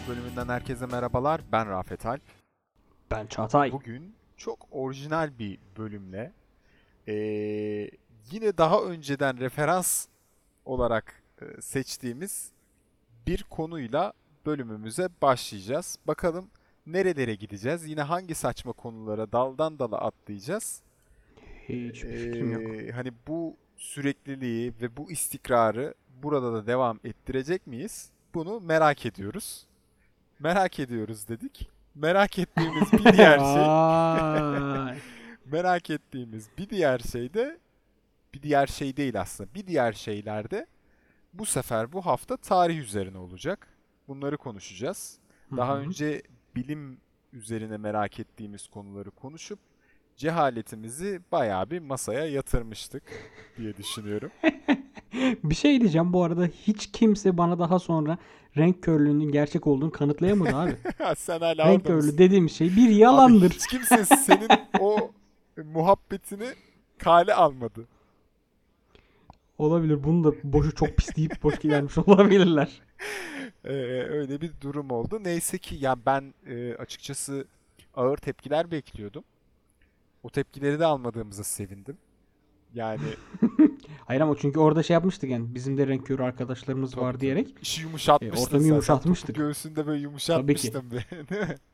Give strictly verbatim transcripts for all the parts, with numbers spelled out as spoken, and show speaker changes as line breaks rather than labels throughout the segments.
bölümünden herkese merhabalar. Ben Rafet Alp.
Ben Çağatay.
Bugün çok orijinal bir bölümle eee, yine daha önceden referans olarak e, seçtiğimiz bir konuyla bölümümüze başlayacağız. Bakalım nerelere gideceğiz? Yine hangi saçma konulara daldan dala atlayacağız?
Hiçbir fikrim yok.
Eee, hani bu sürekliliği ve bu istikrarı burada da devam ettirecek miyiz? Bunu merak ediyoruz. Merak ediyoruz dedik. Merak ettiğimiz bir diğer şey,
Ay.
merak ettiğimiz bir diğer şey de, bir diğer şey değil aslında. Bir diğer şeyler de bu sefer bu hafta tarih üzerine olacak. Bunları konuşacağız.
Hı
Daha
hı.
önce bilim üzerine merak ettiğimiz konuları konuşup cehaletimizi bayağı bir masaya yatırmıştık diye düşünüyorum.
Bir şey diyeceğim bu arada, hiç kimse bana daha sonra renk körlüğünün gerçek olduğunu kanıtlayamadı abi.
Sen hala
Renk
orada
körlüğü
mısın?
dediğim şey bir
Abi
yalandır.
hiç kimse senin o muhabbetini kale almadı.
Olabilir. Bunu da boşu çok pis deyip boş gelmiş olabilirler.
Ee, öyle bir durum oldu. Neyse ki ya ben e, açıkçası ağır tepkiler bekliyordum. O tepkileri de almadığımıza sevindim. Yani
Hayır, ama çünkü orada şey yapmıştık, yani bizim de renk körü arkadaşlarımız
tabii
var
tabii.
diyerek
İşi
e,
yumuşatmıştın
ortamı
sen. Sen topu
yumuşatmıştık.
göğsünde böyle
Tabii ki.
yumuşatmıştın be. Değil mi?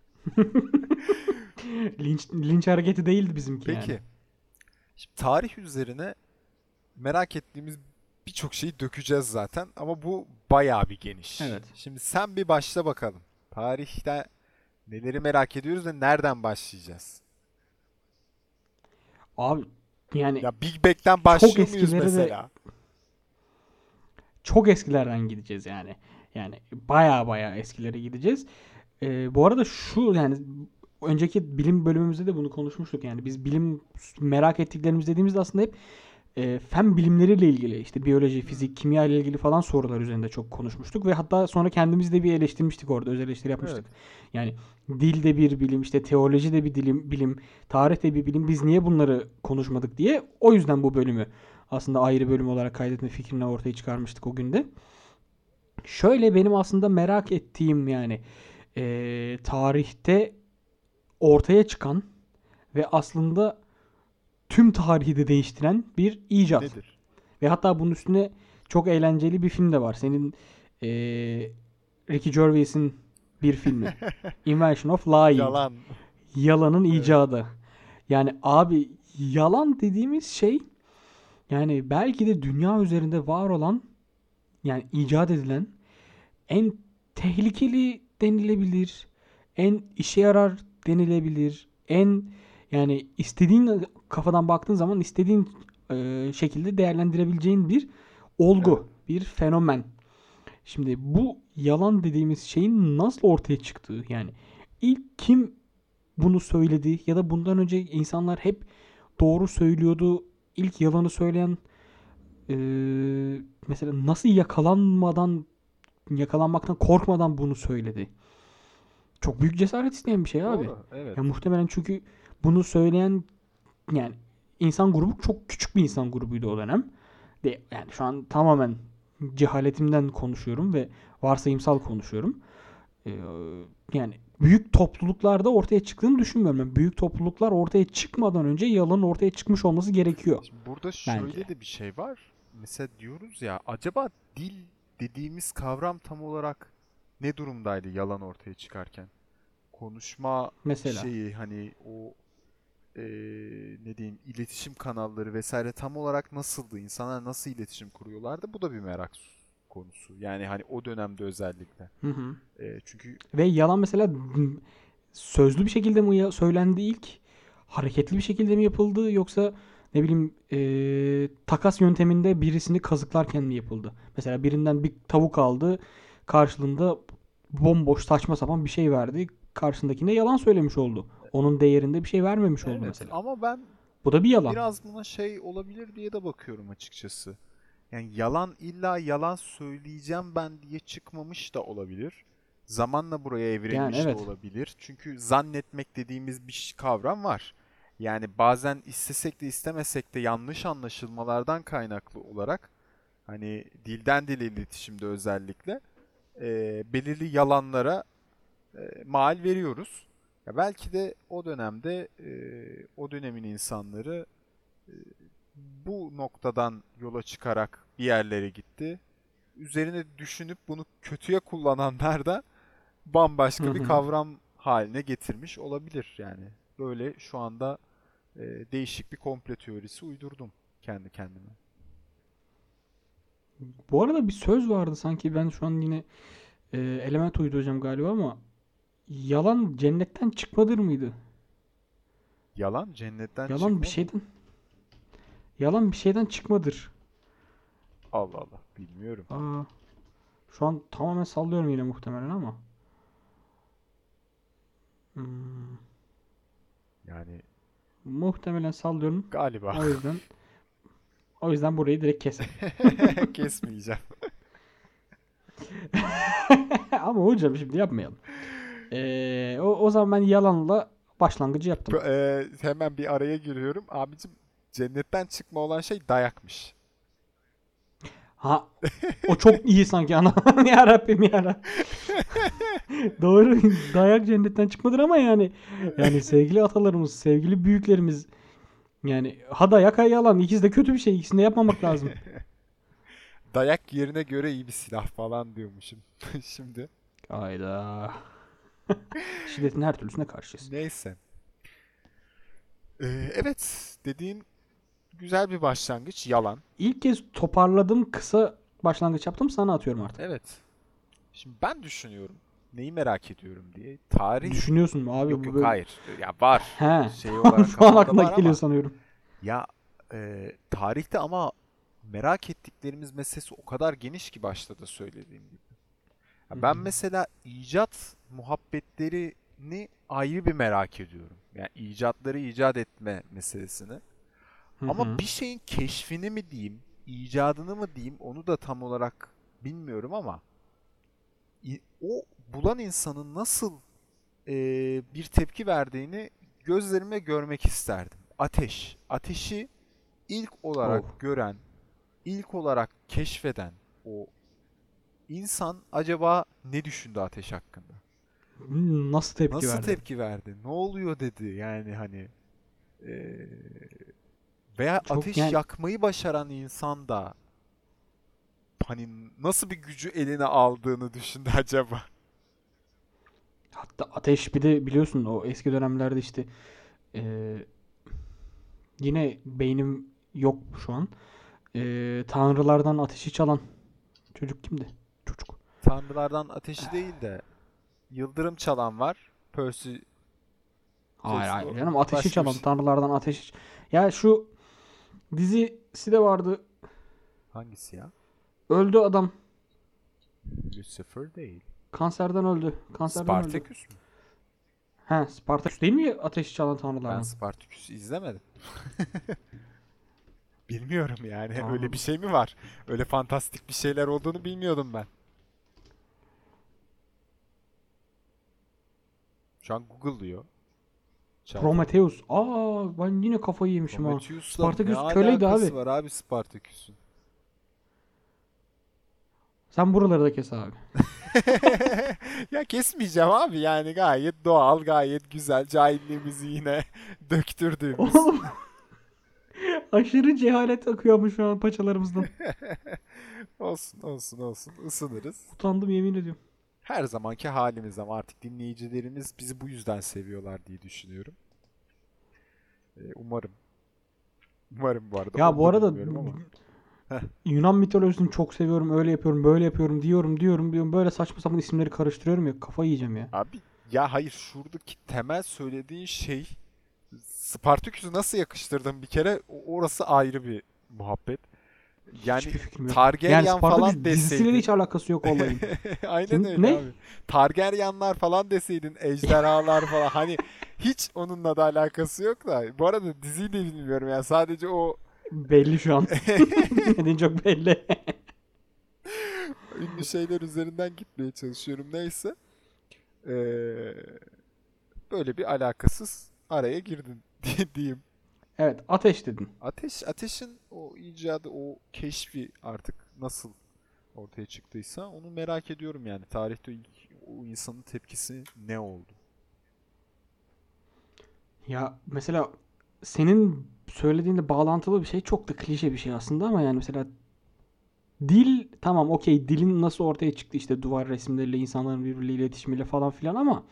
Linç, linç hareketi değildi bizimki yani.
Peki. Şimdi tarih üzerine merak ettiğimiz birçok şeyi dökeceğiz zaten. Ama bu bayağı bir geniş.
Evet.
Şimdi sen bir başla bakalım. Tarihte neleri merak ediyoruz ve nereden başlayacağız?
Abi yani
Ya Big Bang'den
çok
başlıyor muyuz
eskilere de
mesela?
çok eskilerden gideceğiz yani. Yani baya baya eskilere gideceğiz. Ee, bu arada şu, yani önceki bilim bölümümüzde de bunu konuşmuştuk. Yani biz bilim merak ettiklerimiz dediğimizde aslında hep e, fen bilimleriyle ilgili, işte biyoloji,
Hmm,
fizik, kimya ile ilgili falan sorular üzerinde çok konuşmuştuk ve hatta sonra kendimizi de bir eleştirmiştik, orada öz eleştiri
evet.
yapmıştık. Yani dil de bir bilim, işte teoloji de bir dilim, bilim, tarih de bir bilim. Biz niye bunları konuşmadık diye, o yüzden bu bölümü aslında ayrı bölüm olarak kaydetme fikrini ortaya çıkarmıştık o günde. Şöyle, benim aslında merak ettiğim, yani eee, tarihte ortaya çıkan ve aslında tüm tarihi de değiştiren bir icat.
Nedir?
Ve hatta bunun üstüne çok eğlenceli bir film de var. Senin eee Ricky Gervais'in bir filmi. Invention of Lying.
Yalan.
Yalanın
Evet.
icadı. Yani abi, yalan dediğimiz şey, yani belki de dünya üzerinde var olan, yani icat edilen en tehlikeli denilebilir, en işe yarar denilebilir, en, yani istediğin kafadan baktığın zaman istediğin e, şekilde değerlendirebileceğin bir
Evet.
olgu, bir fenomen. Şimdi bu yalan dediğimiz şeyin nasıl ortaya çıktığı, yani ilk kim bunu söyledi ya da bundan önce insanlar hep doğru söylüyordu. İlk yalanı söyleyen e, mesela nasıl yakalanmadan yakalanmaktan korkmadan bunu söyledi. Çok büyük cesaret isteyen bir şey abi.
Doğru. Evet.
Ya muhtemelen, çünkü bunu söyleyen, yani insan grubu çok küçük bir insan grubuydu o dönem. De, yani şu an tamamen cehaletimden konuşuyorum ve varsayımsal konuşuyorum. Ee, yani büyük topluluklarda ortaya çıktığını düşünmüyorum. Yani büyük topluluklar ortaya çıkmadan önce yalanın ortaya çıkmış olması gerekiyor
Şimdi burada
bence.
şöyle de bir şey var. Mesela diyoruz ya acaba dil dediğimiz kavram tam olarak ne durumdaydı yalan ortaya çıkarken? Konuşma
Mesela.
şeyi hani o eee, ne diyeyim iletişim kanalları vesaire tam olarak nasıldı? İnsanlar nasıl iletişim kuruyorlardı? Bu da bir merak konusu. Yani hani o dönemde özellikle.
Hı hı.
Eee, çünkü
Ve yalan mesela sözlü bir şekilde mi ya- söylendi ilk? Hareketli bir şekilde mi yapıldı, yoksa ne bileyim eee, takas yönteminde birisini kazıklarken mi yapıldı? Mesela birinden bir tavuk aldı, karşılığında bomboş saçma sapan bir şey verdi. Karşındakine yalan söylemiş oldu. Onun değerinde bir şey vermemiş oldu
evet
mesela.
ama ben
Bu da bir yalan.
biraz buna şey olabilir diye de bakıyorum açıkçası. Yani yalan illa yalan söyleyeceğim ben diye çıkmamış da olabilir. Zamanla buraya
Yani
evrilmiş de
evet.
olabilir. Çünkü zannetmek dediğimiz bir ş- kavram var. Yani bazen istesek de istemesek de yanlış anlaşılmalardan kaynaklı olarak hani dilden dile iletişimde özellikle e, belirli yalanlara e, mal veriyoruz. Ya belki de o dönemde e, o dönemin insanları e, bu noktadan yola çıkarak bir yerlere gitti. Üzerine düşünüp bunu kötüye kullananlar da
Hı
bambaşka bir
hı.
kavram haline getirmiş olabilir yani. Böyle şu anda e, değişik bir komplo teorisi uydurdum kendi kendime.
Bu arada bir söz vardı sanki, ben şu an yine e, element uyduracağım galiba ama yalan cennetten çıkmadır mıydı?
Yalan cennetten
Yalan bir
çıkma mı?
şeyden yalan bir şeyden çıkmadır.
Allah Allah, bilmiyorum.
Aa, şu an tamamen sallıyorum yine muhtemelen ama. Hmm,
Yani
muhtemelen sallıyorum.
galiba.
O yüzden o yüzden burayı direkt keselim.
Kesmeyeceğim.
Ama hocam şimdi yapmayalım. Ee, o, o zaman ben yalanla başlangıcı yaptım.
Bu- e, hemen bir araya giriyorum. Abicim, cennetten çıkma olan şey dayakmış.
Ha, o çok iyi sanki ana. Ya Rabbim ya. Doğru. Dayak cennetten çıkmadır ama yani yani sevgili atalarımız, sevgili büyüklerimiz, yani ha dayak ha yalan, ikisi de kötü bir şey. İkisini de yapmamak lazım.
Dayak yerine göre iyi bir silah falan diyormuşum. Şimdi.
Hayda. Şiddetin her türlüsüne karşıyız.
Neyse. Ee, evet, dediğin güzel bir başlangıç. Yalan.
İlk kez toparladım, kısa başlangıç yaptım, sana atıyorum artık.
Evet. Şimdi ben düşünüyorum. Neyi merak ediyorum diye. Tarih.
Düşünüyorsun mu abi
Yok
bu
yok,
böyle?
hayır. Ya var.
He.
Şey
Tamam,
olarak
şu an
kafamda
aklına
var
geliyor
ama
sanıyorum.
ya e, tarihte ama merak ettiklerimiz meselesi o kadar geniş ki başta da söylediğim gibi.
Hı
Ya ben
hı.
mesela icat muhabbetlerini ayrı bir merak ediyorum. Yani icatları icat etme meselesini.
Hı
Ama
hı.
bir şeyin keşfini mi diyeyim, icadını mı diyeyim, onu da tam olarak bilmiyorum ama i- o bulan insanın nasıl eee, bir tepki verdiğini gözlerimle görmek isterdim. Ateş. Ateşi ilk
Oh.
olarak gören, ilk olarak keşfeden o insan acaba ne düşündü ateş hakkında?
Hmm, nasıl tepki
Nasıl
verdi?
tepki verdi? Ne oluyor dedi? Yani hani eee, veya
Çok
ateş
yani,
yakmayı başaran insan da hani nasıl bir gücü eline aldığını düşündü acaba?
hatta ateş, bir de biliyorsun o eski dönemlerde işte eee, yine beynim yok şu an. Eee, tanrılardan ateşi çalan çocuk kimdi? Çocuk.
Tanrılardan ateşi değil de yıldırım çalan var. Percy
Hayır
Jackson,
hayır
o
canım, ateşi
başka bir
çalan,
şey.
tanrılardan ateşi. Ya şu dizisi de vardı.
Hangisi ya?
Öldü adam.
Lucifer değil.
Kanserden öldü. Kanserden öldü.
Spartacus mu?
He, Spartaküs değil mi ateşi çalan
Ben
tanrılardan?
Spartacus'u izlemedim. Bilmiyorum yani. Öyle bir
Anladım.
şey mi var? Öyle fantastik bir şeyler olduğunu bilmiyordum ben. Şu an Google diyor. Çağatay.
Prometheus. Aa, ben yine kafayı yemişim ha.
Prometheus'la ne
Spartaküs köleydi
alakası
abi.
var abi Spartaküs'ün?
Sen buraları da kes abi.
Ya kesmeyeceğim abi, yani gayet doğal, gayet güzel, cahilliğimizi yine döktürdüğümüz.
Oğlum, aşırı cehalet akıyor ama şu an paçalarımızdan.
Olsun olsun olsun, ısınırız.
Utandım, yemin ediyorum.
Her zamanki halimiz, ama artık dinleyicilerimiz bizi bu yüzden seviyorlar diye düşünüyorum. Ee, umarım. Umarım bu arada,
Ya
onu
bu
da
arada
bilmiyorum ama. Heh.
Yunan mitolojisini çok seviyorum. Öyle yapıyorum, böyle yapıyorum diyorum, diyorum, diyorum. Böyle saçma sapan isimleri karıştırıyorum ya. Kafayı yiyeceğim ya.
Abi ya hayır, şuradaki temel söylediğin şey, Spartaküs'ü nasıl yakıştırdın bir kere, o- orası ayrı bir muhabbet. Yani
Hiçbir fikrim yok. Yani
Targaryen
Spartaküs
falan
dizisiyle de hiç
deseydin.
alakası yok olayın.
Aynen
Kim?
öyle
Ne?
abi. Targaryenlar falan deseydin, ejderhalar falan, hani hiç onunla da alakası yok da. Bu arada diziyi de bilmiyorum yani, sadece o
Belli şu an. Bilmediğin çok belli.
ünlü şeyler üzerinden gitmeye çalışıyorum, neyse. Ee, böyle bir alakasız araya girdin diye diyeyim.
Evet, ateş dedin.
Ateş, ateşin o icadı, o keşfi artık nasıl ortaya çıktıysa onu merak ediyorum yani. Tarihte ilk o insanın tepkisi ne oldu?
Ya mesela senin söylediğinde bağlantılı bir şey, çok da klişe bir şey aslında ama yani mesela dil, tamam okey, dilin nasıl ortaya çıktı işte duvar resimleriyle, insanların birbiriyle iletişimiyle falan filan, ama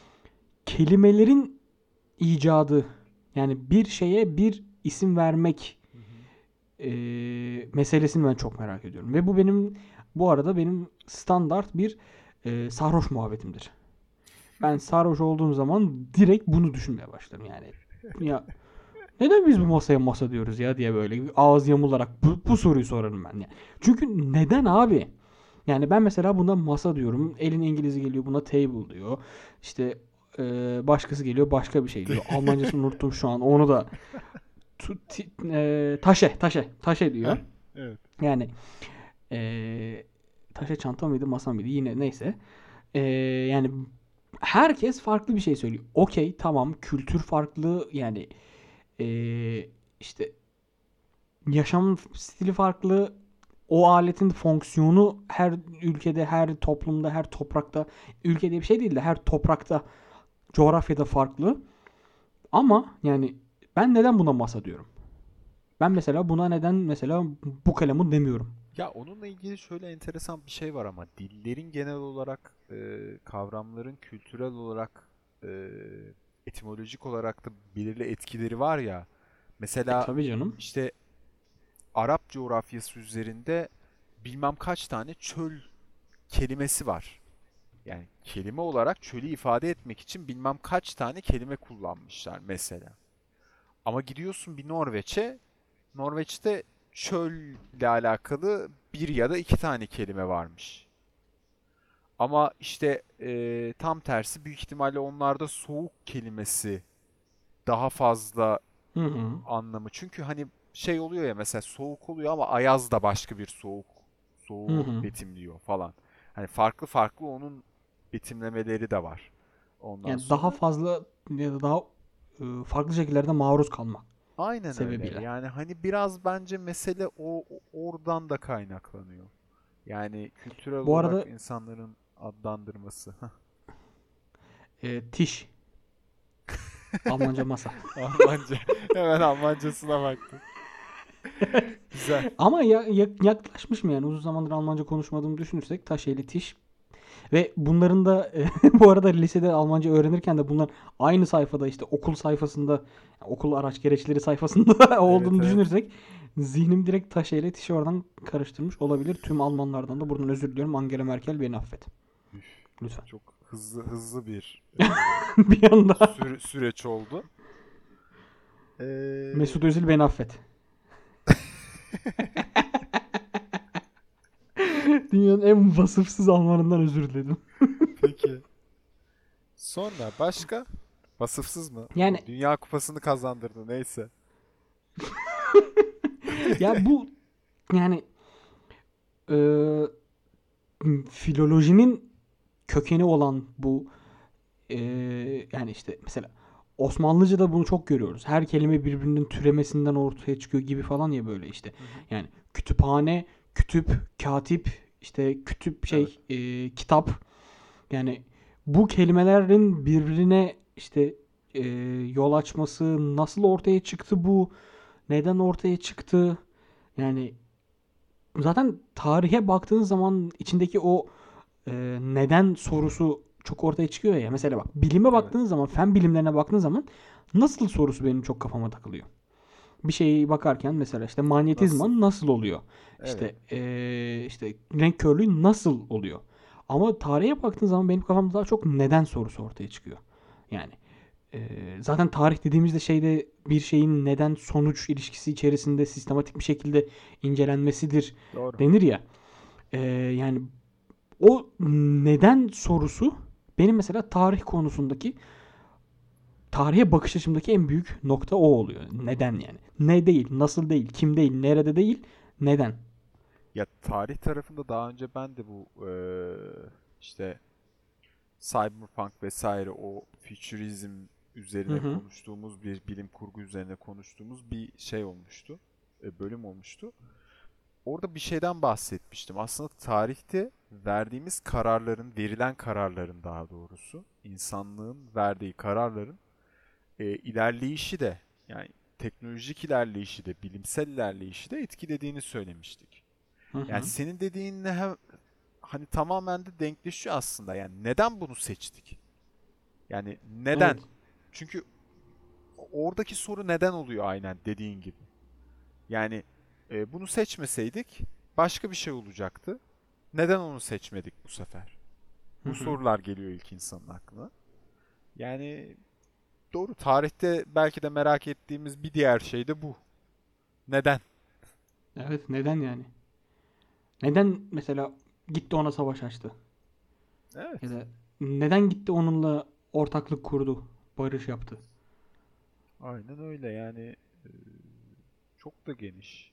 kelimelerin icadı, yani bir şeye bir isim vermek
Hı hı.
eee, meselesini ben çok merak ediyorum. Ve bu benim, bu arada benim standart bir eee, sarhoş muhabbetimdir. Ben sarhoş olduğum zaman direkt bunu düşünmeye başlarım yani. Ya neden biz bu masaya masa diyoruz ya diye böyle ağız yamularak bu, bu soruyu sorarım ben ya. Çünkü neden abi? Yani ben mesela buna masa diyorum. Elin İngilizce geliyor buna table diyor. İşte eee, başkası geliyor başka bir şey diyor. Almancasını unuttum şu an. Onu da tu- ti- eee, taşe taşe taşe
Heh,
diyor.
evet.
Yani eee taşe çanta mıydı masa mıydı yine neyse. Eee, yani herkes farklı bir şey söylüyor. Okey tamam, kültür farklı yani, eee, işte yaşam stili farklı. O aletin fonksiyonu her ülkede, her toplumda, her toprakta, ülke diye bir şey değil de her toprakta, coğrafyada farklı. Ama yani ben neden buna masa diyorum? Ben mesela buna neden mesela bu kalemun demiyorum?
Ya onunla ilgili şöyle enteresan bir şey var ama dillerin genel olarak e, kavramların kültürel olarak e, etimolojik olarak da belirli etkileri var ya.
E
Mesela
tabii canım.
işte Arap coğrafyası üzerinde bilmem kaç tane çöl kelimesi var. Yani kelime olarak çölü ifade etmek için bilmem kaç tane kelime kullanmışlar mesela. Ama gidiyorsun bir Norveç'e, Norveç'te çölle alakalı bir ya da iki tane kelime varmış. Ama işte eee, tam tersi büyük ihtimalle onlarda soğuk kelimesi daha fazla
Hı hı.
anlamı. Çünkü hani şey oluyor ya mesela soğuk oluyor ama ayaz da başka bir soğuk
Hı
soğuğu
hı.
betimliyor falan. Hani farklı farklı onun betimlemeleri de var. Ondan
Yani daha
sonra
fazla ya da daha e, farklı şekillerde maruz kalma
aynen öyle.
sebebiyle.
Yani hani biraz bence mesele o o- oradan da kaynaklanıyor. Yani kültürel
Bu
olarak
arada
insanların adlandırması.
e, tiş, Almanca masa.
Almanca. Hemen Almancasına baktım. Güzel.
Ama ya, ya- yaklaşmış mı yani, uzun zamandır Almanca konuşmadığımı düşünürsek taşeli tiş. Ve bunların da bu arada lisede Almanca öğrenirken de bunlar aynı sayfada, işte okul sayfasında, okul araç gereçleri sayfasında
Evet,
olduğunu
evet.
düşünürsek zihnim direkt taşeyle tişi oradan karıştırmış olabilir. Tüm Almanlardan da buradan özür diliyorum. Angela Merkel beni affet.
Üf,
Lütfen.
çok hızlı hızlı bir e,
Bir anda
süre- süreç oldu. Ee,
Mesut Özil beni affet. Dünyanın en vasıfsız Almanından özür diledim.
peki. Sonra başka? Vasıfsız mı?
Yani
Dünya Kupası'nı kazandırdı neyse.
ya bu, yani e, filolojinin kökeni olan bu, e, yani işte mesela Osmanlıca'da bunu çok görüyoruz. Her kelime birbirinin türemesinden ortaya çıkıyor gibi falan ya, böyle işte.
Hı hı.
Yani kütüphane, kütüp, katip, işte kütüp
Evet.
şey, e, kitap. Yani bu kelimelerin birbirine işte e, yol açması, nasıl ortaya çıktı bu, neden ortaya çıktı? Yani zaten tarihe baktığın zaman içindeki o e, neden sorusu çok ortaya çıkıyor ya. Mesela bak, bilime
Evet.
baktığın zaman, fen bilimlerine baktığın zaman nasıl sorusu benim çok kafama takılıyor. Bir şeyi bakarken mesela işte
Nasıl?
manyetizma nasıl oluyor?
Evet.
İşte e, işte renk körlüğü nasıl oluyor? Ama tarihe baktığın zaman benim kafamda daha çok neden sorusu ortaya çıkıyor. Yani e, zaten tarih dediğimizde şeyde, bir şeyin neden sonuç ilişkisi içerisinde sistematik bir şekilde incelenmesidir
Doğru.
denir ya. E, yani o neden sorusu benim mesela tarih konusundaki, tarihe bakış açımdaki en büyük nokta o oluyor. Neden yani? Ne değil, nasıl değil, kim değil, nerede değil, neden?
Ya tarih tarafında daha önce ben de bu eee, işte cyberpunk vesaire o futurizm
Hı
üzerine
hı.
konuştuğumuz bir bilim kurgu üzerine konuştuğumuz bir şey olmuştu. E, bölüm olmuştu. orada bir şeyden bahsetmiştim. Aslında tarihte verdiğimiz kararların, verilen kararların daha doğrusu, insanlığın verdiği kararların e, ilerleyişi de, yani teknolojik ilerleyişi de, bilimsel ilerleyişi de etkilediğini söylemiştik.
Hı
Yani
hı.
senin dediğinle hem, hani tamamen de denkleşiyor aslında. Yani neden bunu seçtik? Yani neden?
Evet.
Çünkü oradaki soru neden oluyor aynen dediğin gibi. Yani e, bunu seçmeseydik başka bir şey olacaktı. Neden onu seçmedik bu sefer?
Hı
Bu
hı.
sorular geliyor ilk insanın aklına. Yani doğru, tarihte belki de merak ettiğimiz bir diğer şey de bu. Neden?
Evet, neden yani? Neden mesela gitti ona savaş açtı? Ya
Evet.
da neden gitti onunla ortaklık kurdu, barış yaptı?
Aynen öyle yani, e, çok da geniş.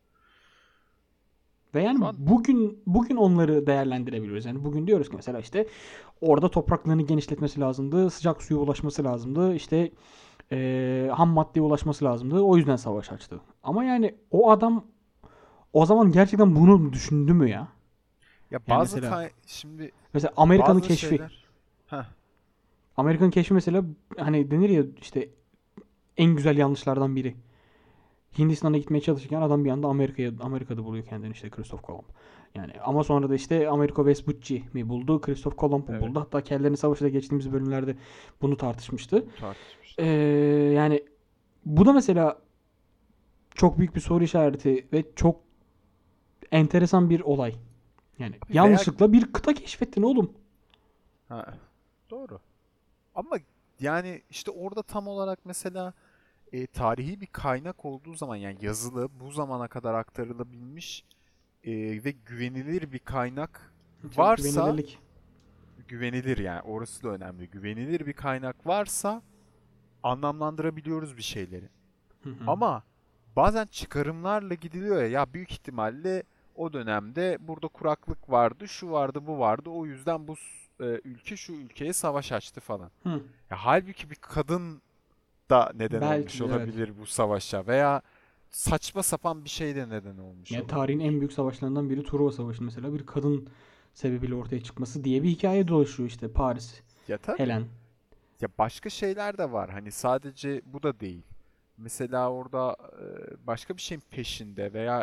Ve yani
Şu an
bugün bugün onları değerlendirebiliyoruz. Yani bugün diyoruz ki mesela işte orada topraklarını genişletmesi lazımdı, sıcak suya ulaşması lazımdı, işte eee, ham maddeye ulaşması lazımdı. O yüzden savaş açtı. Ama yani o adam o zaman gerçekten bunu düşündü mü ya?
ya
Yani
bazı
mesela
kay şimdi
mesela Amerika'nın
bazı
keşfi.
şeyler, heh,
Amerika'nın keşfi mesela hani denir ya işte en güzel yanlışlardan biri. Hindistan'a gitmeye çalışırken adam bir anda Amerika'ya Amerika'da buluyor kendini işte Christoph Kolomb. Yani ama sonra da işte Amerigo Vespucci mi buldu, Christoph Kolomb mu
evet,
buldu? Hatta kellerini savaşı da geçtiğimiz bölümlerde bunu tartışmıştı.
bunu
Ee,
tartışmıştık.
yani bu da mesela çok büyük bir soru işareti ve çok enteresan bir olay. Yani
Abi veya
yanlışlıkla bir kıta keşfettin oğlum.
ha, doğru. Ama yani işte orada tam olarak mesela e, tarihi bir kaynak olduğu zaman, yani yazılı bu zamana kadar aktarılabilmiş e, ve güvenilir bir kaynak
Tabii
varsa,
güvenilirlik.
güvenilir yani orası da önemli. Güvenilir bir kaynak varsa anlamlandırabiliyoruz bir şeyleri.
Hı hı.
Ama bazen çıkarımlarla gidiliyor ya, ya büyük ihtimalle o dönemde burada kuraklık vardı, şu vardı, bu vardı. O yüzden bu s- e, ülke şu ülkeye savaş açtı falan.
Hı.
Ya halbuki bir kadın da neden
Belki
olmuş
de evet.
olabilir bu savaşa, veya saçma sapan bir şey de neden olmuş
Yani tarihin en
olabilir.
büyük savaşlarından biri Truva Savaşı mesela bir kadın sebebiyle ortaya çıkması diye bir hikaye dolaşıyor işte Paris,
Ya tabii.
Helen.
Ya başka şeyler de var. Hani sadece bu da değil. Mesela orada e, başka bir şeyin peşinde veya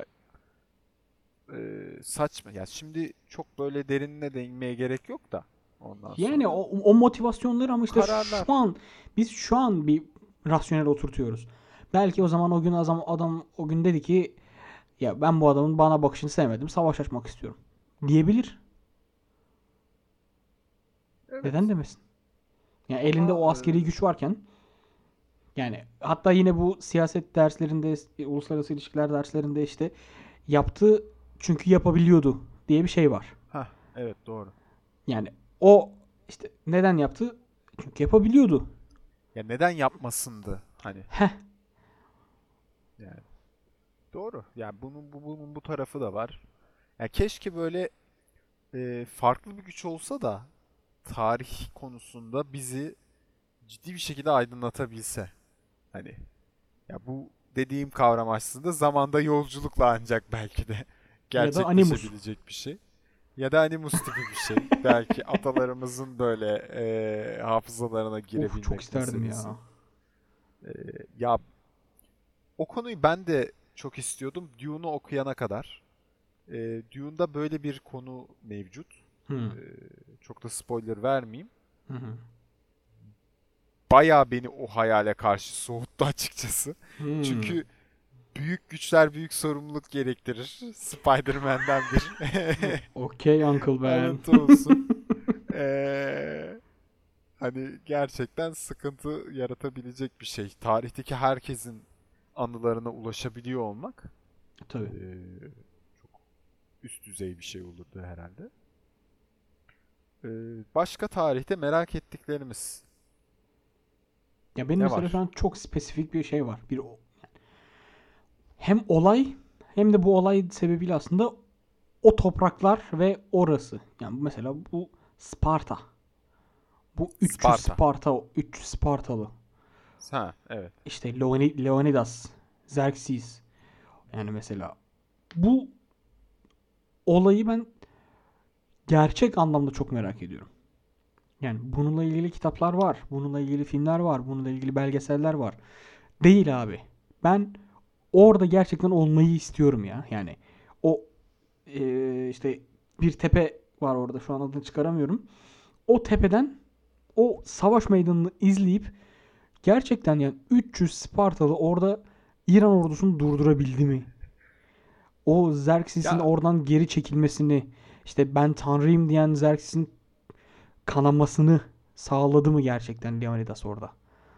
e, saçma. Ya şimdi çok böyle derinine değinmeye gerek yok da ondan
Yani
sonra.
o, o motivasyonları ama işte şu
Kararlar.
an biz şu an bir rasyonel oturtuyoruz. Belki o zaman o gün adam, adam o gün dedi ki ya ben bu adamın bana bakışını sevmedim. Savaş açmak istiyorum. Diyebilir. Neden
Evet.
demesin? Yani elinde
Ama
o
e,
askeri güç varken yani hatta yine bu siyaset derslerinde, uluslararası ilişkiler derslerinde işte yaptı çünkü yapabiliyordu diye bir şey var.
ha evet, doğru.
Yani o işte neden yaptı? Çünkü yapabiliyordu.
Ya neden yapmasındı hani,
Heh.
yani doğru. Yani bunun bu bunun bu tarafı da var. Ya keşke böyle e, farklı bir güç olsa da tarih konusunda bizi ciddi bir şekilde aydınlatabilse. Hani ya bu dediğim kavram aslında zamanda yolculukla ancak belki de
Ya da Animus.
gerçekleşebilecek bir şey. Ya da Animus tipi bir şey. Belki atalarımızın böyle e, hafızalarına
Uf çok
girebilmek
isterdim
meselesi.
ya.
E, ya o konuyu ben de çok istiyordum Dune'u okuyana kadar. E, Dune'da böyle bir konu mevcut.
Hı.
E, çok da spoiler vermeyeyim.
Hı hı.
Bayağı beni o hayale karşı soğuttu açıkçası.
Hmm.
Çünkü büyük güçler büyük sorumluluk gerektirir. Spider-Man'den bir
Okey Uncle Ben.
alıntı olsun. Ee, hani gerçekten sıkıntı yaratabilecek bir şey. Tarihteki herkesin anılarına ulaşabiliyor olmak ee,
Tabii.
çok üst düzey bir şey olurdu herhalde. Ee, başka tarihte merak ettiklerimiz
Ya benim
ne
mesela şu
var?
an çok spesifik bir şey var. Bir hem olay hem de bu olay sebebiyle aslında o topraklar ve orası. Yani mesela bu Sparta. Bu üç yüz
Sparta.
Sparta, üç yüz Spartalı.
Ha, evet.
İşte Leoni- Leonidas, Xerxes. Yani mesela bu olayı ben gerçek anlamda çok merak ediyorum. Yani bununla ilgili kitaplar var. Bununla ilgili filmler var. Bununla ilgili belgeseller var. Değil abi. Ben orada gerçekten olmayı istiyorum ya. Yani o eee, işte bir tepe var orada. Şu an adını çıkaramıyorum. O tepeden o savaş meydanını izleyip gerçekten yani üç yüz Spartalı orada İran ordusunu durdurabildi mi? O Xerxes'in
Ya
oradan geri çekilmesini, işte ben tanrıyım diyen Xerxes'in kanamasını sağladı mı gerçekten Leonidas orada?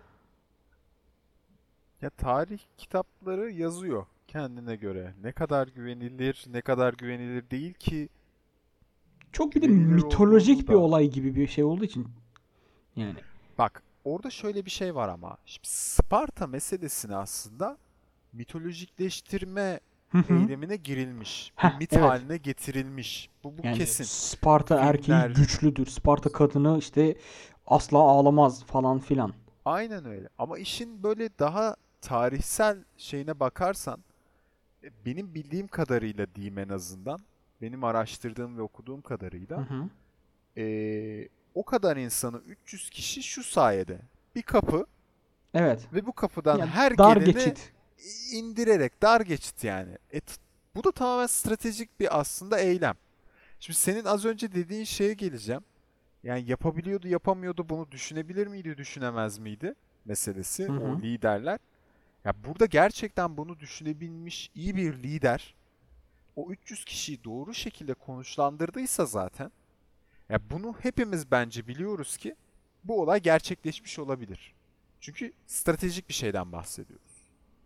ya tarih kitapları yazıyor kendine göre. Ne kadar güvenilir, ne kadar güvenilir değil ki
Çok bir de
güvenilir olduğunu
mitolojik bir
da.
olay gibi bir şey olduğu için yani.
Bak, orada şöyle bir şey var ama. Şimdi Sparta meselesini aslında mitolojikleştirme
Hı hı.
eylemine girilmiş. Bir
Heh,
mit
evet.
haline getirilmiş. Bu bu
Yani
kesin.
Sparta erkeği
Filmler,
güçlüdür. Sparta kadını işte asla ağlamaz falan filan.
aynen öyle. Ama işin böyle daha tarihsel şeyine bakarsan, e, benim bildiğim kadarıyla diyeyim en azından, benim araştırdığım ve okuduğum
Hı
kadarıyla,
hı.
e, o kadar insanı üç yüz kişi şu sayede. Bir kapı
Evet.
ve bu kapıdan
Yani
her
dar
geleni
geçit.
indirerek dar geçit yani. E, t- bu da tamamen stratejik bir aslında eylem. Şimdi senin az önce dediğin şeye geleceğim. Yani yapabiliyordu, yapamıyordu, bunu düşünebilir miydi, düşünemez miydi meselesi
Hı
o
hı.
liderler. Ya burada gerçekten bunu düşünebilmiş iyi bir lider o üç yüz kişiyi doğru şekilde konuşlandırdıysa zaten, ya bunu hepimiz bence biliyoruz ki bu olay gerçekleşmiş olabilir. Çünkü stratejik bir şeyden bahsediyoruz.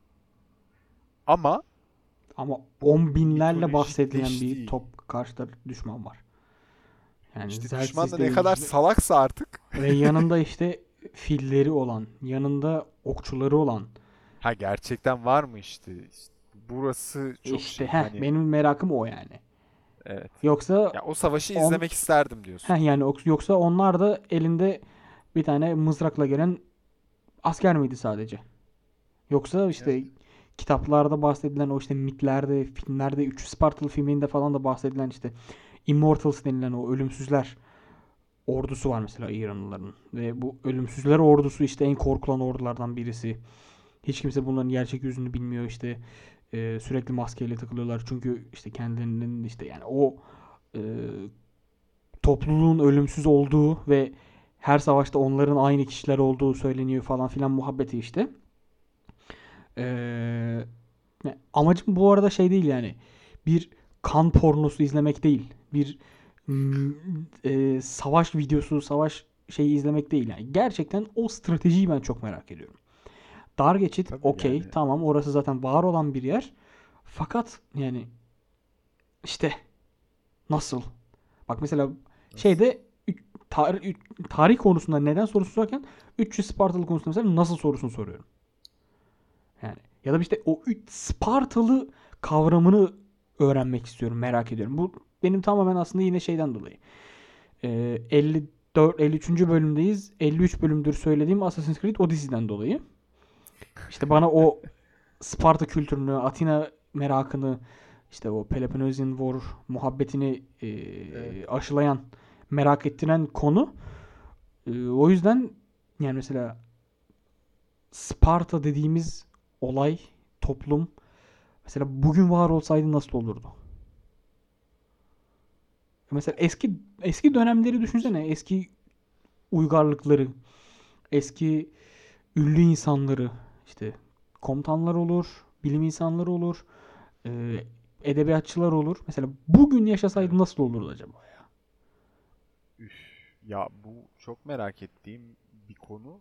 Ama
Ama
o
on binlerle bahsedilen bir
mitolojikleştiği,
top karşıda düşman var. Yani
işte düşman
Xerxes
da
de
ne kadar
işte
salaksa artık.
ve yanında işte filleri olan, yanında okçuları olan.
Ha, gerçekten var mı işte? İşte burası çok
İşte
şey.
heh
Hani
benim merakım o yani.
evet.
Yoksa
Ya o savaşı
on
izlemek isterdim diyorsun.
heh yani ok- yoksa onlar da elinde bir tane mızrakla gelen asker miydi sadece? Yoksa
Evet.
işte kitaplarda bahsedilen o işte mitlerde, filmlerde, üç Spartalı filminde falan da bahsedilen işte Immortals denilen o ölümsüzler ordusu var mesela İranlıların. Ve bu ölümsüzler ordusu işte en korkulan ordulardan birisi. Hiç kimse bunların gerçek yüzünü bilmiyor işte. Ee, sürekli maskeyle takılıyorlar. Çünkü işte kendilerinin işte yani o e, topluluğun ölümsüz olduğu ve her savaşta onların aynı kişiler olduğu söyleniyor falan filan muhabbeti işte. Ee, amacım bu arada şey değil yani. Bir kan pornosu izlemek değil. Bir mm, e, savaş videosu, savaş şeyi izlemek değil yani. Gerçekten o stratejiyi ben çok merak ediyorum. Dar geçit
Tabii
okey
yani.
tamam orası zaten var olan bir yer. Fakat yani işte nasıl? Bak mesela
Nasıl?
şeyde tarih, tarih konusunda neden sorusu sorarken üç yüz Spartalı konusunda mesela nasıl sorusunu soruyorum. Yani ya da işte o üç Spartalı kavramını öğrenmek istiyorum, merak ediyorum. Bu benim tamamen aslında yine şeyden dolayı. Ee, elli dört elli üçüncü bölümdeyiz. elli üç bölümdür söylediğim Assassin's Creed Odyssey'den dolayı. İşte bana o Sparta kültürünü, Atina merakını, işte o Peloponnesian War muhabbetini
Evet.
e, aşılayan, merak ettiren konu. E, o yüzden yani mesela Sparta dediğimiz olay, toplum mesela bugün var olsaydı nasıl olurdu? Mesela eski eski dönemleri düşünsene. Eski uygarlıkları, eski ünlü insanları, işte komutanlar olur, bilim insanları olur, e, edebiyatçılar olur. Mesela bugün yaşasaydı
Evet.
nasıl olurdu acaba ya?
Üf. Ya bu çok merak ettiğim bir konu.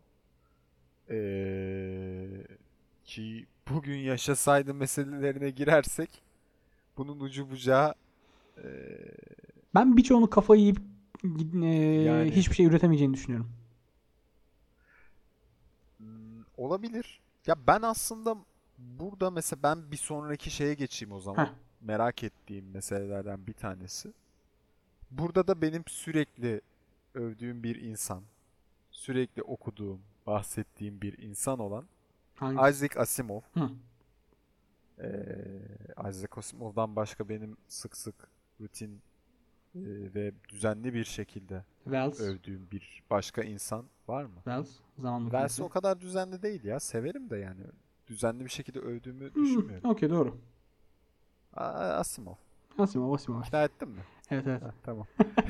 Ee, ki bugün yaşasaydı meselelerine girersek bunun ucu bucağı, ee,
Ben birçoğunu kafayı yiyip e,
yani
hiçbir şey üretemeyeceğini düşünüyorum.
hmm, olabilir. Ya ben aslında burada mesela ben bir sonraki şeye geçeyim o
Heh,
zaman. Merak ettiğim meselelerden bir tanesi. Burada da benim sürekli övdüğüm bir insan, sürekli okuduğum, bahsettiğim bir insan olan
hangisi?
Isaac Asimov.
Hı.
Ee, Isaac Asimov'dan başka benim sık sık rutin e, ve düzenli bir şekilde
Wells.
övdüğüm bir başka insan var mı?
Wells. Zaman
Verse
makinesi.
o kadar düzenli değil ya. Severim de yani. Düzenli bir şekilde övdüğümü
Hmm,
düşünmüyorum.
okey doğru.
A- Asimov.
Asimov, Asimov.
İkna ettin mi?
Evet evet.
Heh, tamam.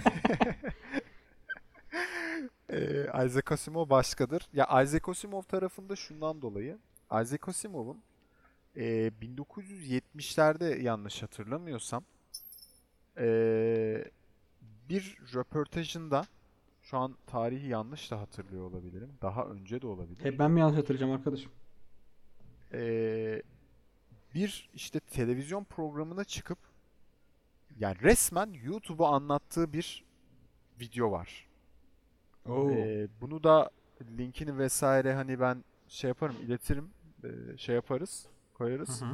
Ee, Isaac Asimov başkadır. Ya Isaac Asimov tarafında şundan dolayı. Isaac Asimov'un e, bin dokuz yüz yetmişlerde yanlış hatırlamıyorsam e, bir röportajında, şu an tarihi yanlış da hatırlıyor olabilirim. Daha önce de olabilir.
Hep ben mi yanlış hatırlayacağım arkadaşım?
E, bir işte televizyon programına çıkıp yani resmen YouTube'u anlattığı bir video var.
Oo.
Ee, bunu da linkini vesaire hani ben şey yaparım, iletirim, ee, şey yaparız,
Hı
koyarız.
hı.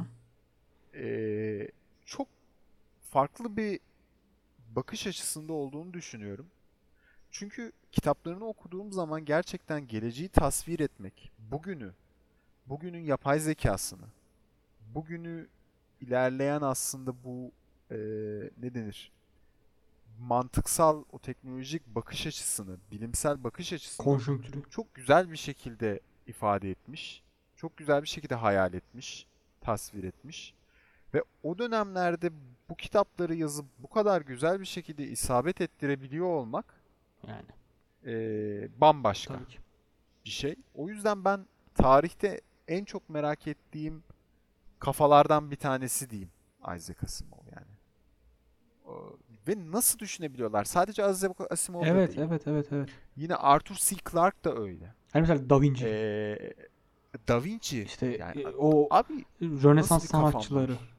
Ee, çok farklı bir bakış açısında olduğunu düşünüyorum. Çünkü kitaplarını okuduğum zaman gerçekten geleceği tasvir etmek, bugünü, bugünün yapay zekasını, bugünü ilerleyen aslında bu ee, ne denir? Mantıksal o teknolojik bakış açısını, bilimsel bakış açısını
Konjonktürü.
çok güzel bir şekilde ifade etmiş. Çok güzel bir şekilde hayal etmiş, tasvir etmiş. Ve o dönemlerde bu kitapları yazıp bu kadar güzel bir şekilde isabet ettirebiliyor olmak
Yani
eee, bambaşka
tabii ki.
bir şey. O yüzden ben tarihte en çok merak ettiğim kafalardan bir tanesi diyeyim Isaac Asimov yani. O- Ve nasıl düşünebiliyorlar? Sadece Isaac Asimov da
Evet
değil.
evet evet evet.
Yine Arthur C. Clarke da öyle.
Hani mesela Da Vinci.
Ee, Da Vinci.
İşte
Yani
e, o
abi nasıl
Rönesans
bir kafam
sanatçıları.
var?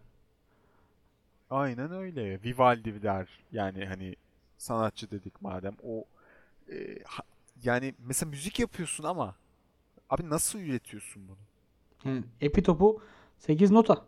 Aynen öyle. Vivaldi der. Yani hani sanatçı dedik madem. O e, ha- yani mesela müzik yapıyorsun ama abi nasıl üretiyorsun bunu?
Yani epitopu sekiz nota.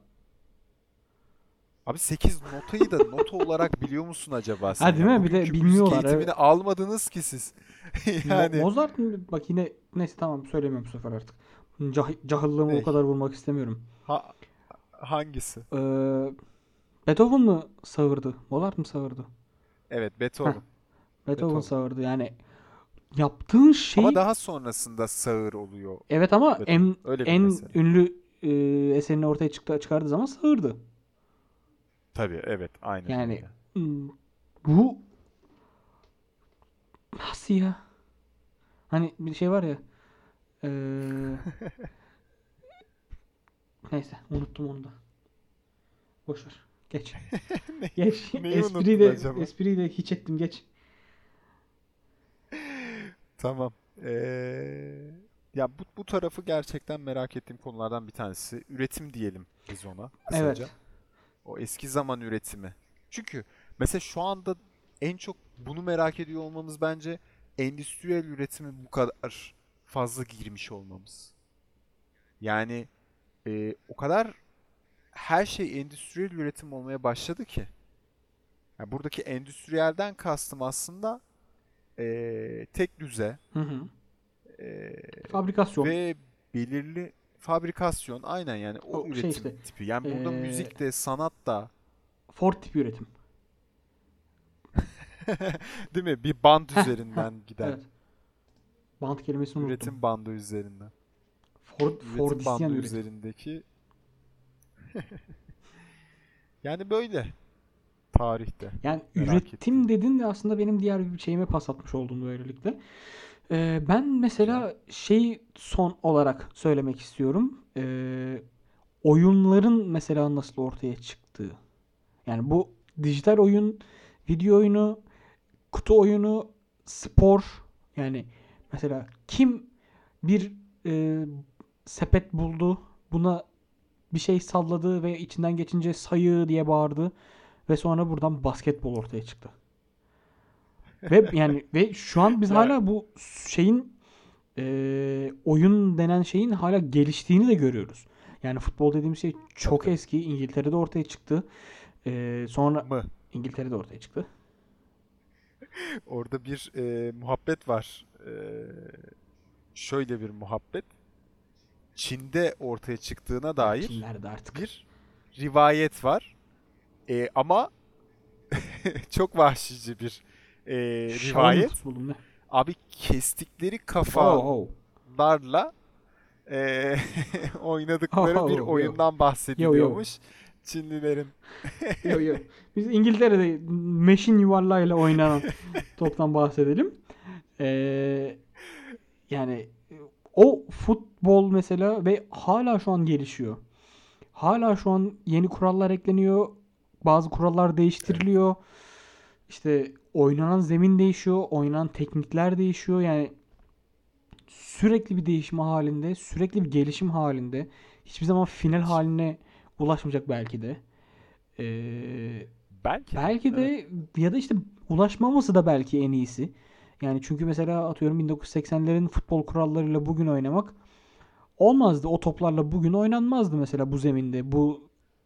Abi sekiz notayı da nota olarak biliyor musun acaba sen
Ha değil
ya?
mi? Bir de
Bugünkü müzik
bilmiyorlar. Evet.
eğitimini almadınız ki siz.
Mo-
Yani
Mozart mı? Bak yine neyse tamam söylemiyorum bu sefer artık. Cah- cahillığımı o
ne?
kadar vurmak istemiyorum.
Ha, hangisi?
Ee, Beethoven mı sağırdı? Mozart mı sağırdı?
Evet,
Heh,
Beethoven.
Beethoven
Beethoven.
sağırdı. Yani yaptığın
Ama
şey
daha sonrasında sağır oluyor
evet ama
Beethoven.
en
Öyle bir
en
mesele.
ünlü e, eserini ortaya çıktı, çıkardığı zaman sağırdı.
Tabii evet aynen
Yani
öyle.
hmm, bu nasıl ya? Hani bir şey var ya ee, neyse unuttum onu da. Boş ver. Geç.
Ne-
Geç.
Neyi
Espriyi
unuttun
de
acaba?
espriyi de hiç ettim geç.
Tamam. Ee, ya bu, bu tarafı gerçekten merak ettiğim konulardan bir tanesi. Üretim diyelim biz ona kısaca.
Evet.
O eski zaman üretimi. Çünkü mesela şu anda en çok bunu merak ediyor olmamız bence endüstriyel üretimi bu kadar fazla girmiş olmamız. Yani e, o kadar her şey endüstriyel üretim olmaya başladı ki. Yani buradaki endüstriyelden kastım aslında e, tek düze
Hı hı.
e,
Fabrikasyon.
ve belirli fabrikasyon aynen yani o
O şey
üretim
işte
tipi. Yani burada
ee,
müzik de sanat da
Ford tipi üretim.
değil mi? Bir band
Heh, heh,
üzerinden giden
evet. Bant kelimesini unuttum.
üretim bandı üzerinden.
Ford,
Üretim
Fordisyen
bandı
üretim.
üzerindeki yani böyle tarihte
Yani
merak
üretim
ettiğim.
dedin de aslında benim diğer bir şeyime pas atmış oldun böylelikle. Ee, ben
Güzel.
mesela şey son olarak söylemek istiyorum. Ee, oyunların mesela nasıl ortaya çıktığı. Yani bu dijital oyun, video oyunu, kutu oyunu, spor. Yani mesela kim bir e, sepet buldu, buna bir şey salladı ve içinden geçince sayı diye bağırdı ve sonra buradan basketbol ortaya çıktı. Ve yani ve şu an biz
Ya
hala bu şeyin e, oyun denen şeyin hala geliştiğini de görüyoruz. Yani futbol dediğim şey
tabii
çok
tabii.
eski. İngiltere'de ortaya çıktı. E, sonra
Mı?
İngiltere'de ortaya çıktı.
Orada bir e, muhabbet var. E, şöyle bir muhabbet. Çin'de ortaya çıktığına
Ya
dair
Çinler'de artık.
bir rivayet var. E, ama çok vahşice bir e,
Şahın
rivayet.
futbolu ne?
Abi kestikleri
Oh,
kafalarla e,
oh.
oynadıkları bir
Oh, yo.
oyundan
Yo yo.
bahsediliyormuş Çinlilerin.
Yo yo. Biz İngiltere'de meşin yuvarlayla oynanan toptan bahsedelim. Ee, yani o futbol mesela ve hala şu an gelişiyor. Hala şu an yeni kurallar ekleniyor. Bazı kurallar
Evet.
değiştiriliyor. İşte oynanan zemin değişiyor. Oynanan teknikler değişiyor. Yani sürekli bir değişim halinde. Sürekli bir gelişim halinde. Hiçbir zaman final
Gelişim.
haline ulaşmayacak belki de. Ee,
Belki de.
belki
Evet.
de ya da işte ulaşmaması da belki en iyisi. Yani çünkü mesela atıyorum bin dokuz yüz seksenlerin futbol kurallarıyla bugün oynamak olmazdı. O toplarla bugün oynanmazdı mesela bu zeminde. Bu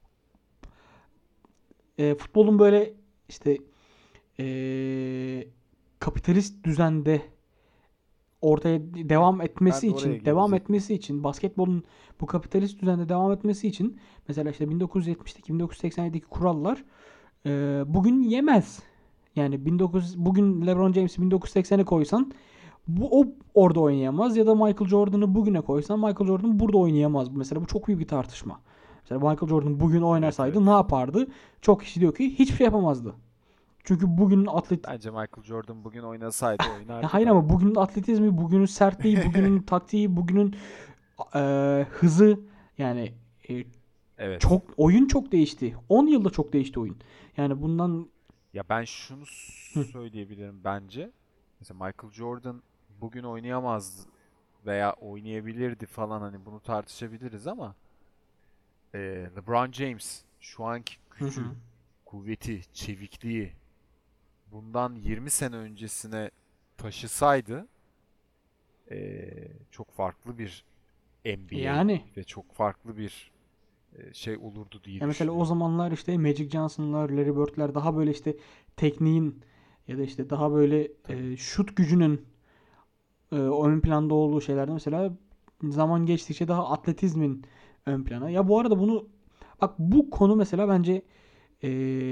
e, futbolun böyle işte e, kapitalist düzende ortaya
Heh,
devam
ben
etmesi
de oraya
için, devam
gelecektim.
etmesi için, basketbolun bu kapitalist düzende devam etmesi için mesela işte bin dokuz yüz yetmişteki bin dokuz yüz seksen yedideki kurallar e, bugün yemez. Yani bin dokuz yüz bugün LeBron James'i bin dokuz yüz seksene koysan bu o orada oynayamaz ya da Michael Jordan'ı bugüne koysan Michael Jordan burada oynayamaz. Mesela bu çok büyük bir tartışma. Mesela Michael Jordan bugün
Evet,
oynasaydı ne
evet.
yapardı? Çok kişi diyor ki hiçbir şey yapamazdı. Çünkü bugünün atlet
Bence Michael Jordan bugün oynasaydı
ya
oynardı
hayır
da.
ama bugünün atletizmi, bugünün sertliği, bugünün taktiği, bugünün e, hızı yani e,
Evet.
çok oyun çok değişti. on yılda çok değişti oyun. Yani bundan
Ya ben şunu
hı,
söyleyebilirim bence. Mesela Michael Jordan bugün oynayamaz veya oynayabilirdi falan, hani bunu tartışabiliriz ama eee, LeBron James şu anki
hı
gücü,
hı.
kuvveti, çevikliği bundan yirmi sene öncesine taşısaydı eee, çok farklı bir N B A
Yani
ve çok farklı bir eee, şey olurdu diye
ya mesela o
düşünüyorum.
zamanlar işte Magic Johnson'lar, Larry Bird'ler daha böyle işte tekniğin ya da işte daha böyle
Tabii.
e, şut gücünün e, ön planda olduğu şeylerde mesela zaman geçtikçe daha atletizmin ön plana. Ya bu arada bunu bak bu konu mesela bence e,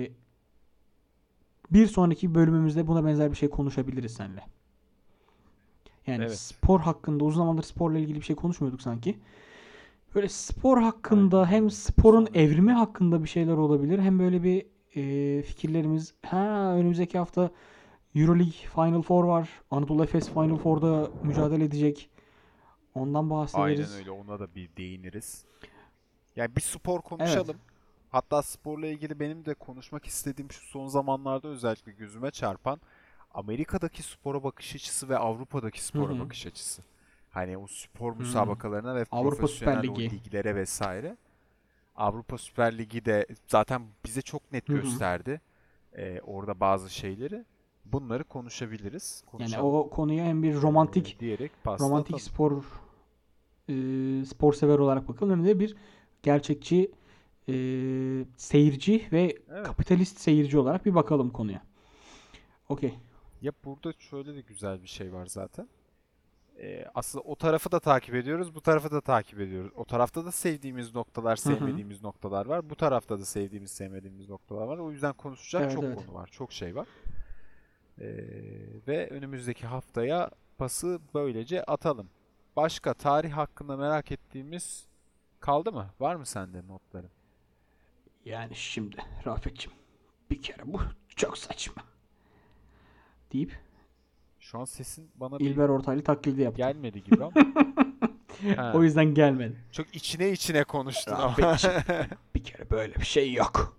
bir sonraki bölümümüzde buna benzer bir şey konuşabiliriz seninle. Yani
Evet.
spor hakkında uzun zamandır sporla ilgili bir şey konuşmuyorduk sanki. Böyle spor hakkında
Aynen
hem
öyle. Bir
sporun evrimi
sonrakinde.
hakkında bir şeyler olabilir. Hem böyle bir e, fikirlerimiz. Ha önümüzdeki hafta Euroleague Final Four var. Anadolu Efes Final Four'da mücadele edecek. Ondan
Aynen
bahsederiz.
öyle. Ona da bir değiniriz. Yani bir spor
Evet.
konuşalım. Hatta sporla ilgili benim de konuşmak istediğim, şu son zamanlarda özellikle gözüme çarpan Amerika'daki spora bakış açısı ve Avrupa'daki
Hı
spora
hı.
bakış açısı. Hani o spor
Hı.
müsabakalarına ve
Avrupa Süper
profesyonel o
Ligi.
liglere vesaire. Avrupa Süper Ligi de zaten bize çok net
Hı hı.
gösterdi. Ee, orada bazı şeyleri. Bunları konuşabiliriz,
Yani
konuşalım.
o konuya hem bir
Ee,
romantik
diyerek pasta
romantik
atalım.
spor e, spor sever olarak bakalım hem de bir gerçekçi e, seyirci ve
Evet.
kapitalist seyirci olarak bir bakalım konuya. Okey.
Ya burada şöyle de güzel bir şey var zaten. Ee, aslında o tarafı da takip ediyoruz, bu tarafı da takip ediyoruz. O tarafta da sevdiğimiz noktalar,
Hı hı.
sevmediğimiz noktalar var. Bu tarafta da sevdiğimiz, sevmediğimiz noktalar var. O yüzden konuşacak
Evet
çok
evet.
konu var, çok şey var. Ee, ve önümüzdeki haftaya pası böylece atalım. Başka tarih hakkında merak ettiğimiz kaldı mı? Var mı sende notların?
Yani şimdi Rafet'cim bir kere bu çok saçma deyip
Şu an sesin bana bir
İlber Ortaylı taklidi yaptım.
gelmedi gibi ama.
O
Ha,
yüzden gelmedi.
çok içine içine konuştun ama.
Rafet'cim bir kere böyle bir şey yok.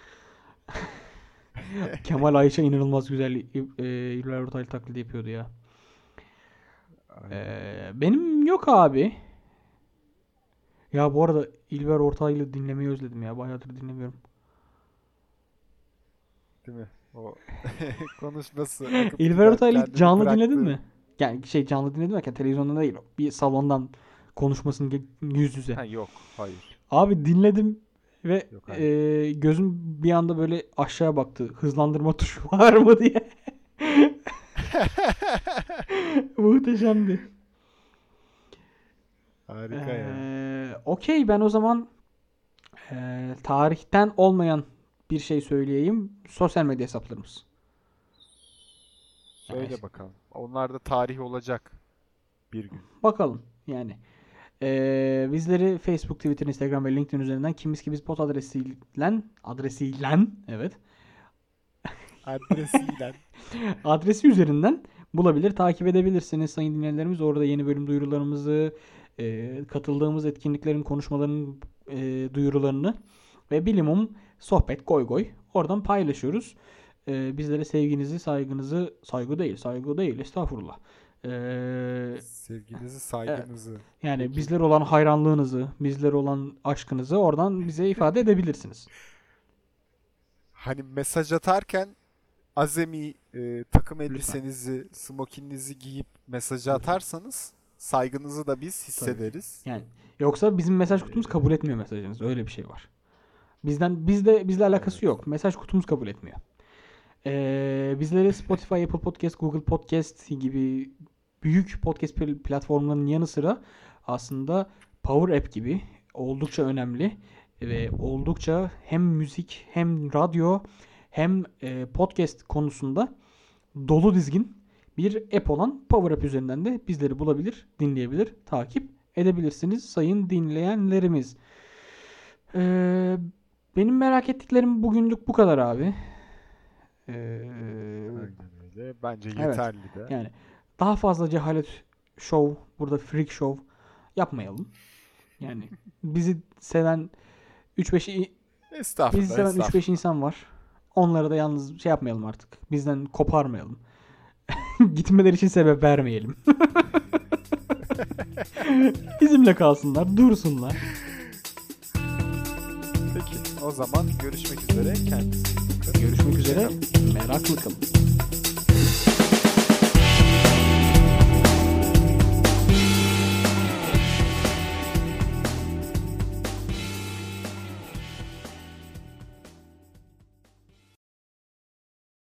Kemal Ayça inanılmaz güzel e, İlber Ortaylı taklidi yapıyordu ya.
Aynen
Ee,
öyle.
benim yok abi. Ya bu arada İlber Ortaylı dinlemeyi özledim ya. Bayağıdır dinlemiyorum.
Değil mi? O konuşması, akıp
İlber
giden,
Ortaylı hiç
kendini
canlı dinledin
bıraktığı.
mi? Yani şey canlı dinledim derken televizyonda değil. Bir salondan konuşmasını ge- yüz yüze.
Ha, yok, hayır.
Abi dinledim ve
Yok, hayır.
e, gözüm bir anda böyle aşağı baktı. Hızlandırma tuşu var mı diye. Muhteşemdi.
Harika ya.
Ee, Okey ben o zaman e, tarihten olmayan bir şey söyleyeyim. Sosyal medya hesaplarımız. Yani
Söyle bakalım. Onlar da tarih olacak bir gün.
bakalım yani. Ee, bizleri Facebook, Twitter, Instagram ve LinkedIn üzerinden kimiz ki biz pot adresiyle adresiyle evet
Adresiyle.
adresi üzerinden bulabilir, takip edebilirsiniz sayın dinleyenlerimiz. Orada yeni bölüm duyurularımızı, e, katıldığımız etkinliklerin, konuşmaların e, duyurularını ve bilimum sohbet, goy goy oradan paylaşıyoruz. E, bizlere sevginizi, saygınızı, saygı değil, saygı değil, estağfurullah. E,
Sevginizi,
evet,
saygınızı.
yani
Peki.
bizlere olan hayranlığınızı, bizlere olan aşkınızı oradan bize ifade edebilirsiniz.
Hani mesaj atarken azami e, takım
Lütfen.
elbisenizi, smokininizi giyip mesajı
Lütfen.
atarsanız saygınızı da biz
Tabii.
hissederiz.
Yani yoksa bizim mesaj kutumuz
Ee,
kabul etmiyor mesajınızı. Öyle bir şey var. Bizden bizde bizle alakası
evet.
yok. Mesaj kutumuz kabul etmiyor. Ee, bizleri Spotify, Apple Podcast, Google Podcast gibi büyük podcast pl- platformlarının yanı sıra aslında Power App gibi oldukça önemli ve oldukça hem müzik hem radyo hem e, podcast konusunda dolu dizgin bir app olan Power App üzerinden de bizleri bulabilir, dinleyebilir, takip edebilirsiniz sayın dinleyenlerimiz. Ee, benim merak ettiklerim bugünlük bu kadar abi. Ee,
Aynen öyle. Bence
evet.
yeterli de.
Yani daha fazla cehalet show, burada freak show yapmayalım. Yani bizi seven üç beş i- bizi
Estağfurullah,
seven üç beş
estağfurullah.
insan var. Onları da yalnız şey yapmayalım artık. Bizden koparmayalım. Gitmeleri için sebep vermeyelim. Bizimle kalsınlar, dursunlar.
Peki, o zaman görüşmek üzere. Kendinize iyi bakın.
Görüşmek üzere.
Hoşçakalın.
Meraklı kalın.